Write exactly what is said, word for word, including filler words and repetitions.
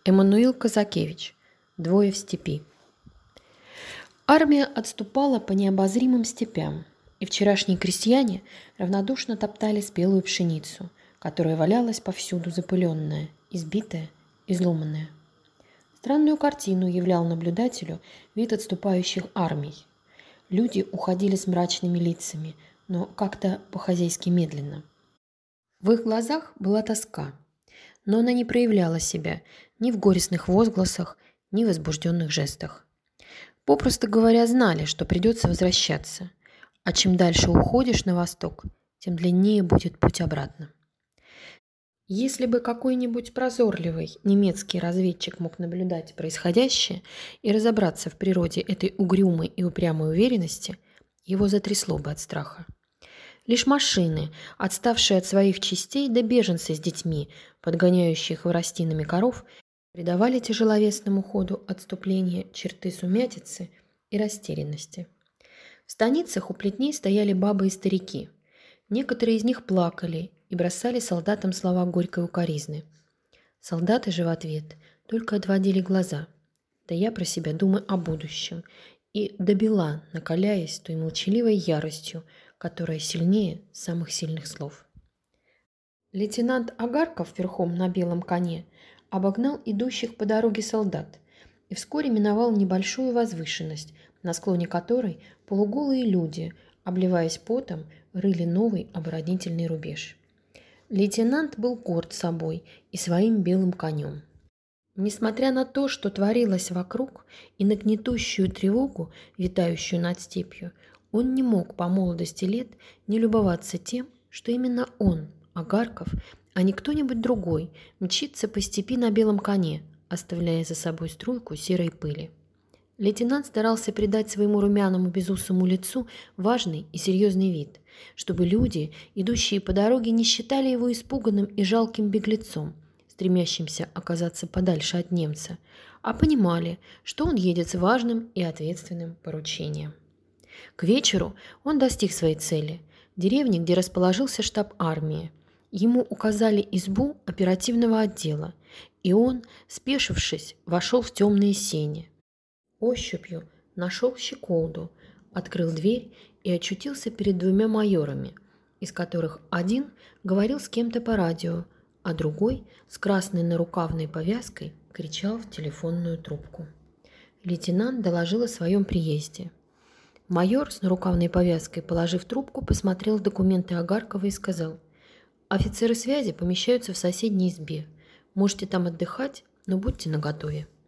Эммануил Казакевич. Двое в степи. Армия отступала по необозримым степям, и вчерашние крестьяне равнодушно топтали спелую пшеницу, которая валялась повсюду запыленная, избитая, изломанная. Странную картину являл наблюдателю вид отступающих армий. Люди уходили с мрачными лицами, но как-то по-хозяйски медленно. В их глазах была тоска, но она не проявляла себя ни в горестных возгласах, ни в возбужденных жестах. Попросту говоря, знали, что придется возвращаться, а чем дальше уходишь на восток, тем длиннее будет путь обратно. Если бы какой-нибудь прозорливый немецкий разведчик мог наблюдать происходящее и разобраться в природе этой угрюмой и упрямой уверенности, его затрясло бы от страха. Лишь машины, отставшие от своих частей, да беженцы с детьми, подгоняющих воростинами коров, придавали тяжеловесному ходу отступления черты сумятицы и растерянности. В станицах у плетней стояли бабы и старики. Некоторые из них плакали и бросали солдатам слова горькой укоризны. Солдаты же в ответ только отводили глаза. Да я про себя думаю о будущем и добила, накаляясь той молчаливой яростью, которая сильнее самых сильных слов. Лейтенант Агарков верхом на белом коне обогнал идущих по дороге солдат и вскоре миновал небольшую возвышенность, на склоне которой полуголые люди, обливаясь потом, рыли новый оборонительный рубеж. Лейтенант был горд собой и своим белым конем. Несмотря на то, что творилось вокруг, и на гнетущую тревогу, витающую над степью, он не мог по молодости лет не любоваться тем, что именно он, Агарков, а не кто-нибудь другой, мчится по степи на белом коне, оставляя за собой струйку серой пыли. Лейтенант старался придать своему румяному безусому лицу важный и серьезный вид, чтобы люди, идущие по дороге, не считали его испуганным и жалким беглецом, стремящимся оказаться подальше от немца, а понимали, что он едет с важным и ответственным поручением. К вечеру он достиг своей цели – деревни, где расположился штаб армии. Ему указали избу оперативного отдела, и он, спешившись, вошел в темные сени. Ощупью нашел щеколду, открыл дверь и очутился перед двумя майорами, из которых один говорил с кем-то по радио, а другой с красной нарукавной повязкой кричал в телефонную трубку. Лейтенант доложил о своем приезде. Майор с нарукавной повязкой, положив трубку, посмотрел в документы Агаркова и сказал: «Офицеры связи помещаются в соседней избе. Можете там отдыхать, но будьте наготове».